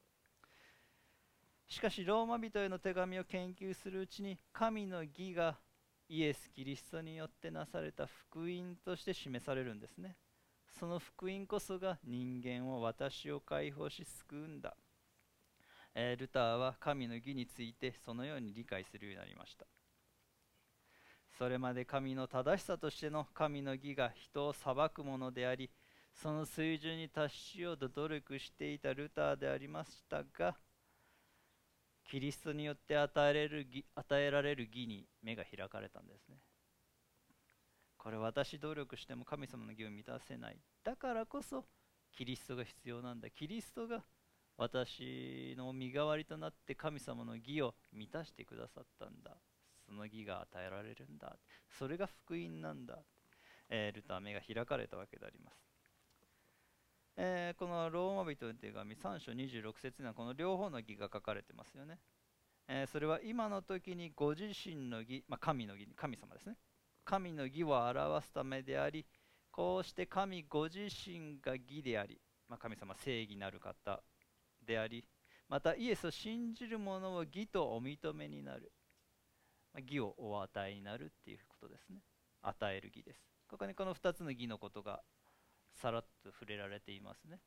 しかしローマ人への手紙を研究するうちに神の義がイエス・キリストによってなされた福音として示されるんですね。その福音こそが人間を、私を解放し救うんだ。ルターは神の義についてそのように理解するようになりました。それまで神の正しさとしての神の義が人を裁くものであり、その水準に達しようと努力していたルターでありましたが、キリストによって与えられる義に目が開かれたんですね。これ私努力しても神様の義を満たせない。だからこそキリストが必要なんだ。キリストが私の身代わりとなって神様の義を満たしてくださったんだ。その義が与えられるんだ。それが福音なんだ。ルターは目が開かれたわけであります。このローマ人の手紙3章26節にはこの両方の義が書かれてますよね。それは今の時にご自身の義、神の義、神様ですね。神の義を表すためであり、こうして神ご自身が義であり、神様正義なる方であり、またイエスを信じる者を義とお認めになる、義をお与えになるっていうことですね。与える義です。ここにこの2つの義のことがさらっと触れられていますね。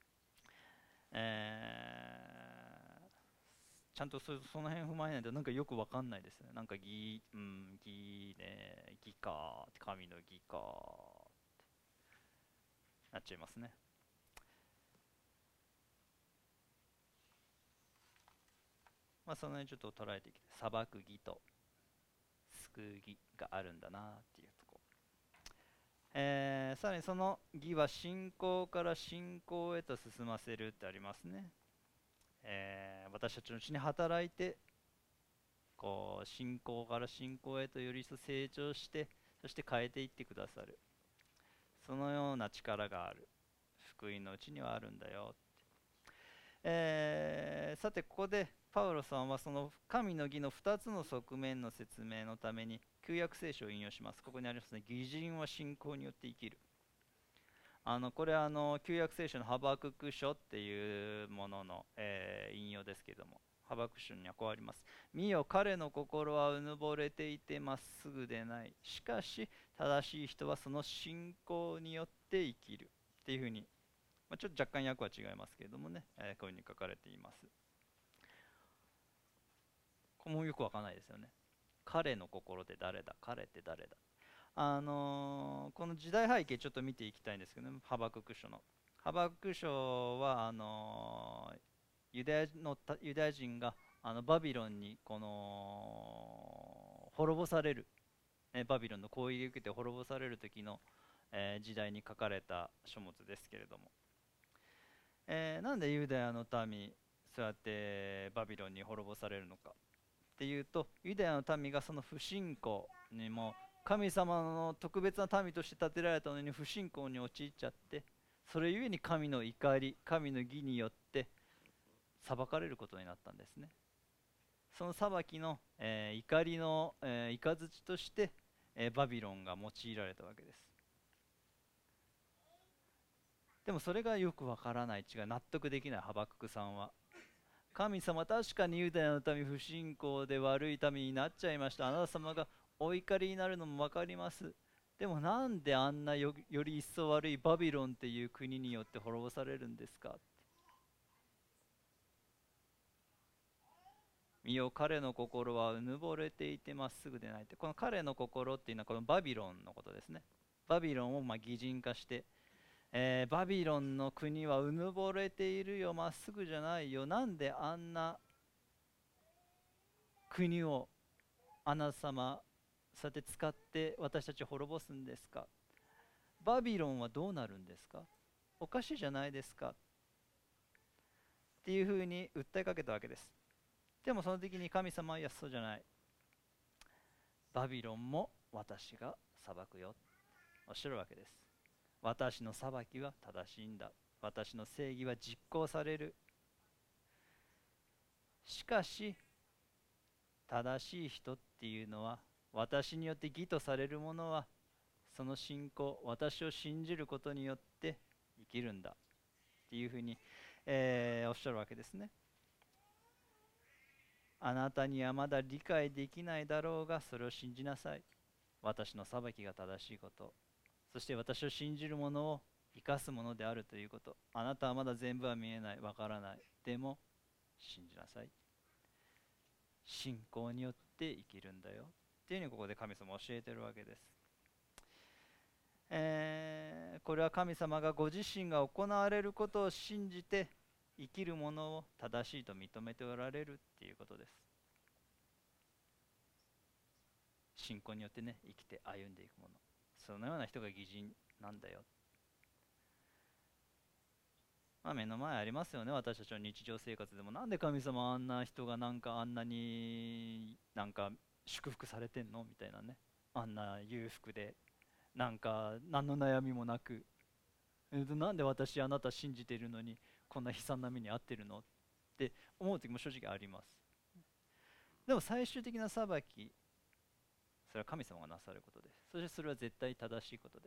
ちゃんとその辺踏まえないとなんかよくわかんないですね。なんか義ね、義か、神の義かなっちゃいますね。その辺ちょっと捉えてきて、裁く義と救う義があるんだなっていうところ。さらにその義は信仰から信仰へと進ませるってありますね。私たちのうちに働いてこう信仰から信仰へとより一層成長して、そして変えていってくださる、そのような力がある、福音のうちにはあるんだよ。さてここでパウロさんはその神の義の2つの側面の説明のために旧約聖書を引用します。ここにありますね。義人は信仰によって生きる。これは旧約聖書のハバクク書っていうものの、引用ですけども、ハバクク書にはこうあります。見よ、彼の心はうぬぼれていてまっすぐでない。しかし、正しい人はその信仰によって生きる。っていうふうに、ちょっと若干訳は違いますけれどもね、こういうふうに書かれています。これもよくわからないですよね。彼の心って誰だ、彼って誰だ。この時代背景ちょっと見ていきたいんですけどね、ハバクク書の。ハバクク書はユダヤ人がバビロンに滅ぼされる、バビロンの攻撃を受けて滅ぼされる時の、時代に書かれた書物ですけれども、なんでユダヤの民そうやってバビロンに滅ぼされるのかっていうと、ユダヤの民がその不信仰にも神様の特別な民として建てられたのに不信仰に陥っちゃって、それゆえに神の怒り、神の義によって裁かれることになったんですね。その裁きの、怒りの、雷として、バビロンが用いられたわけです。でもそれがよくわからない、違う、納得できないハバククさんは、神様、確かにユダヤの民不信仰で悪い民になっちゃいました。あなた様がお怒りになるのも分かります。でもなんであんなより一層悪いバビロンっていう国によって滅ぼされるんですか。見よ、彼の心はうぬぼれていてまっすぐでないって、この彼の心っていうのはこのバビロンのことですね。バビロンを擬人化して、バビロンの国はうぬぼれているよ、まっすぐじゃないよ、なんであんな国をあなた様そうやって使って私たちを滅ぼすんですか。バビロンはどうなるんですか。おかしいじゃないですかっていうふうに訴えかけたわけです。でもその時に神様は、いやそうじゃない、バビロンも私が裁くよおっしゃるわけです。私の裁きは正しいんだ、私の正義は実行される。しかし正しい人っていうのは、私によって義とされるものはその信仰、私を信じることによって生きるんだっていうふうに、おっしゃるわけですね。あなたにはまだ理解できないだろうが、それを信じなさい。私の裁きが正しいこと、そして私を信じる者を生かすものであるということ。あなたはまだ全部は見えない、わからない。でも信じなさい。信仰によって生きるんだよっていうふうにここで神様教えてるわけです。これは神様がご自身が行われることを信じて生きるものを正しいと認めておられるっていうことです。信仰によってね、生きて歩んでいくもの、そのような人が義人なんだよ。目の前ありますよね、私たちの日常生活でも。なんで神様あんな人がなんかあんなになんか祝福されてんのみたいなね。あんな裕福でなんか何の悩みもなく、なんで私あなた信じてるのにこんな悲惨な目に遭ってるのって思う時も正直あります。でも最終的な裁き、それは神様がなさることです。そしてそれは絶対正しいことです。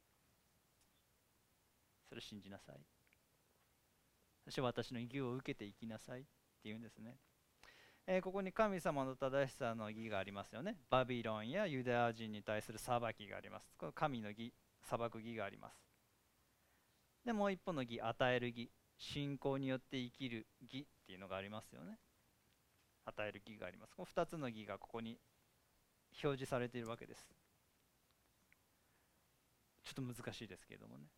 それを信じなさい。そして私の義を受けていきなさいっていうんですね。ここに神様の正しさの義がありますよね。バビロンやユダヤ人に対する裁きがあります。この神の義、裁く義があります。でもう一方の義、与える義、信仰によって生きる義っていうのがありますよね。与える義があります。この2つの義がここに表示されているわけです。ちょっと難しいですけれどもね。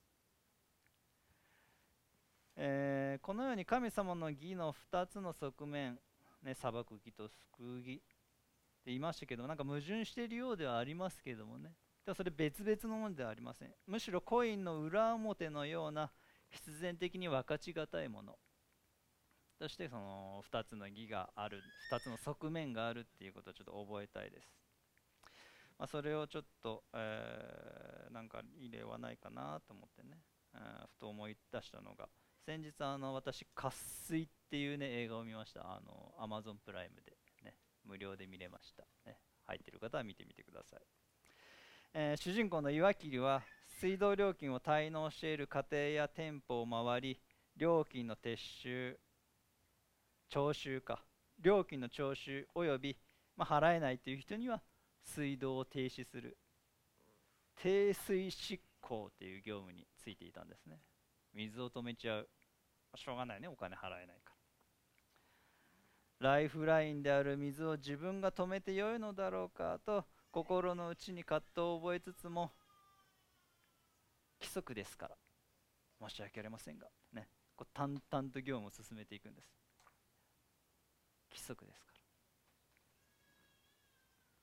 このように神様の義の2つの側面、ね、裁く義と救う義って言いましたけど、なんか矛盾しているようではありますけれどもね。でもそれ別々のものではありません。むしろコインの裏表のような必然的に分かちがたいものとして、その2つの義がある、2つの側面があるっていうことをちょっと覚えたいです。それをちょっと、なんかいい例はないかなと思ってね、ふと思い出したのが先日私渇水っていうね映画を見ました。Amazon プライムでね無料で見れました、ね、入ってる方は見てみてください。主人公の岩切は水道料金を滞納している家庭や店舗を回り、料金の撤収、徴収か、料金の徴収および、払えないという人には水道を停止する停水執行という業務についていたんですね。水を止めちゃう、しょうがないね、お金払えないから。ライフラインである水を自分が止めてよいのだろうかと心の内に葛藤を覚えつつも、規則ですから申し訳ありませんがね、淡々と業務を進めていくんです。規則ですから。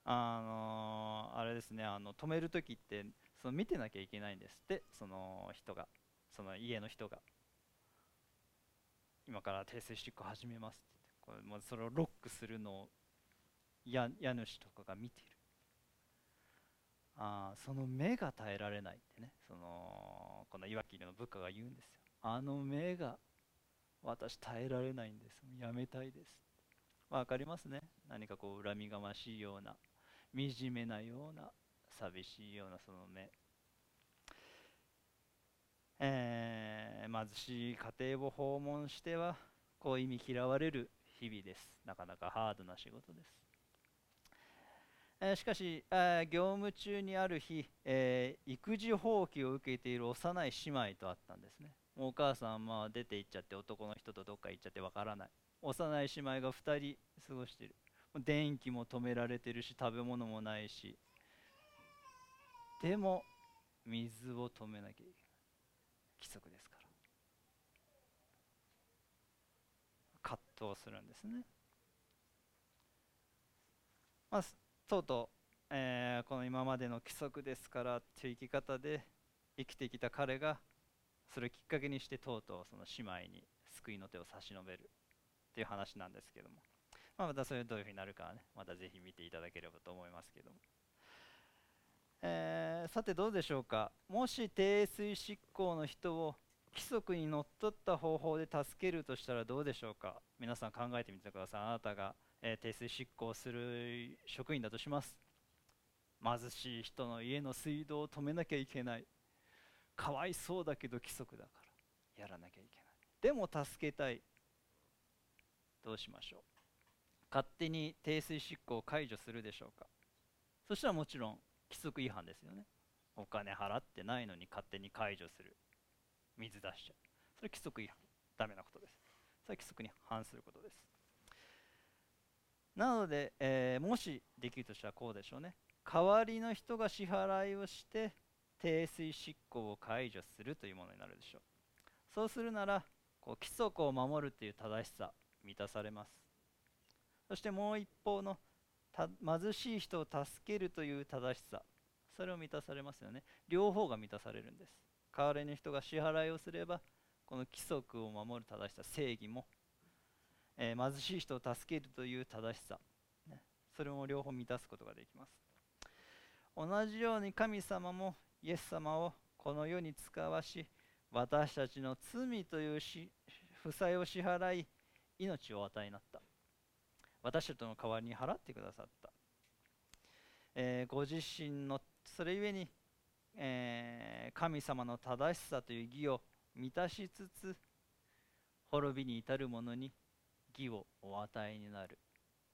あれですね、止める時って見てなきゃいけないんですって、その家の人が今から停水執行始めますって言って、もうそれをロックするのを家主とかが見ている。その目が耐えられないってね、この岩切の部下が言うんですよ。あの目が私耐えられないんです、やめたいです。わかりますね。何か恨みがましいような、惨めなような、寂しいようなその目。貧しい家庭を訪問しては意味嫌われる日々です。なかなかハードな仕事です。しかし、業務中にある日、育児放棄を受けている幼い姉妹と会ったんですね。もうお母さんは出て行っちゃって、男の人とどっか行っちゃってわからない。幼い姉妹が2人過ごしている。電気も止められてるし、食べ物もないし、でも水を止めなきゃいけない。規則ですから葛藤するんですね。とうとう、この今までの規則ですからという生き方で生きてきた彼が、それをきっかけにしてとうとうその姉妹に救いの手を差し伸べるっていう話なんですけども、またそれどういうふうになるかはね、またぜひ見ていただければと思いますけども、さてどうでしょうか。もし低水執行の人を規則にのっとった方法で助けるとしたらどうでしょうか。皆さん考えてみてください。あなたが、低水執行する職員だとします。貧しい人の家の水道を止めなきゃいけない。かわいそうだけど規則だからやらなきゃいけない。でも助けたい。どうしましょう。勝手に低水執行を解除するでしょうか。そしたらもちろん規則違反ですよね。お金払ってないのに勝手に解除する。水出しちゃう。それ規則違反。ダメなことです。それは規則に反することです。なので、もしできるとしたらこうでしょうね。代わりの人が支払いをして低水執行を解除するというものになるでしょう。そうするなら規則を守るという正しさ満たされます。そしてもう一方の貧しい人を助けるという正しさ、それを満たされますよね。両方が満たされるんです。代わりの人が支払いをすればこの規則を守る正しさ、正義も、貧しい人を助けるという正しさ、ね、それも両方満たすことができます。同じように神様もイエス様をこの世に使わし、私たちの罪という負債を支払い命をお与えになった。私たちの代わりに払ってくださった。ご自身のそれゆえに、神様の正しさという義を満たしつつ、滅びに至る者に義をお与えになる。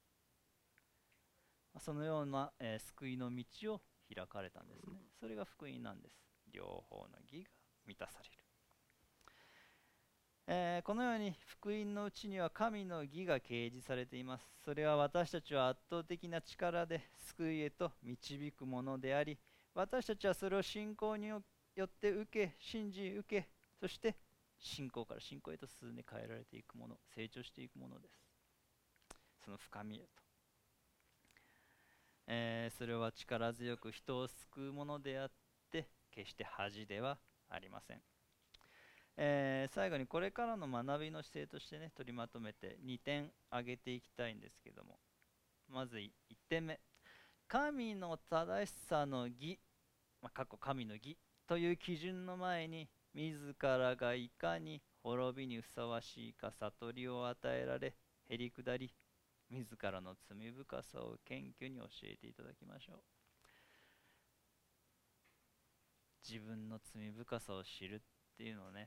そのような、救いの道を開かれたんですね。それが福音なんです。両方の義が満たされる。このように福音のうちには神の義が掲示されています。それは私たちを圧倒的な力で救いへと導くものであり、私たちはそれを信仰によって受け、信じ受け、そして信仰から信仰へと進んで変えられていくもの、成長していくものです。その深みへと、それは力強く人を救うものであって、決して恥ではありません。最後にこれからの学びの姿勢としてね、取りまとめて2点挙げていきたいんですけども、まず1点目、神の正しさの義、神の義という基準の前に、自らがいかに滅びにふさわしいか悟りを与えられ、へりくだり、自らの罪深さを謙虚に教えていただきましょう。自分の罪深さを知るっていうのね、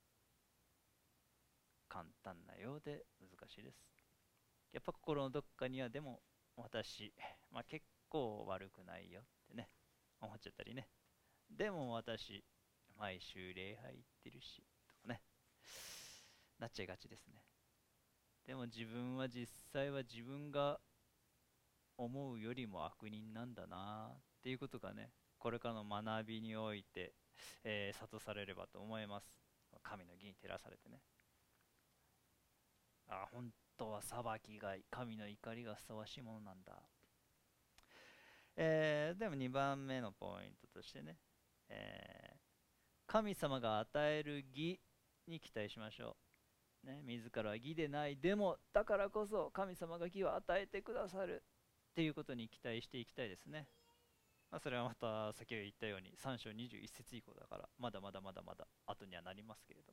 簡単なようで難しいです。やっぱ心のどっかには、でも私、結構悪くないよってね、思っちゃったりね。でも私、毎週礼拝行ってるし、とかね、なっちゃいがちですね。でも自分は実際は自分が思うよりも悪人なんだなっていうことがね、これからの学びにおいて、諭されればと思います。神の義に照らされてね。本当は裁きが、神の怒りがふさわしいものなんだ。でも2番目のポイントとしてね、神様が与える義に期待しましょう。ね、自らは義でない、でもだからこそ神様が義を与えてくださるっていうことに期待していきたいですね。それはまた先ほど言ったように3章21節以降だからまだまだ後にはなりますけれど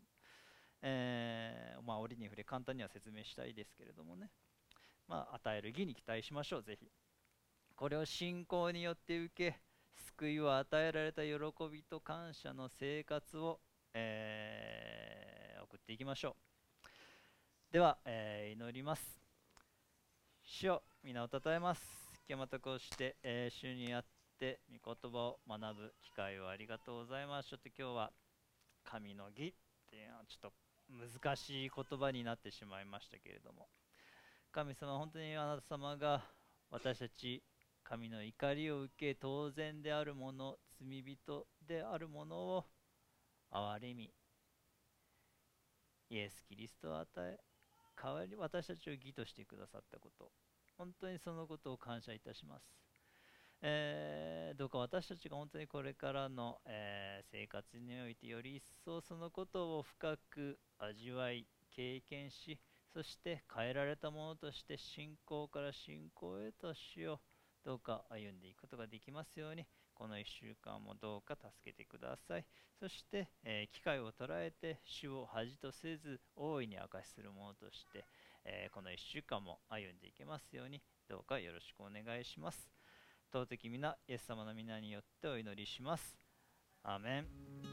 も、折に触れ簡単には説明したいですけれどもね、与える義に期待しましょう。ぜひこれを信仰によって受け、救いを与えられた喜びと感謝の生活を、送っていきましょう。では、祈ります。主よ、皆をたたえます。今日またこうして、主にあって御言葉を学ぶ機会をありがとうございます。ちょっと今日は神の義っていうのはちょっと難しい言葉になってしまいましたけれども、神様、本当にあなた様が私たち神の怒りを受け当然であるもの、罪人であるものを憐れみ、イエス・キリストを与え、代わり私たちを義としてくださったこと、本当にそのことを感謝いたします。どうか私たちが本当にこれからの、生活においてより一層そのことを深く味わい、経験し、そして変えられたものとして信仰から信仰へと主よ、どうか歩んでいくことができますように、この1週間もどうか助けてください。そして、機会を捉えて主を恥とせず大いに明かしするものとして、この1週間も歩んでいけますように、どうかよろしくお願いします。尊き皆イエス様の皆によってお祈りします。アーメン。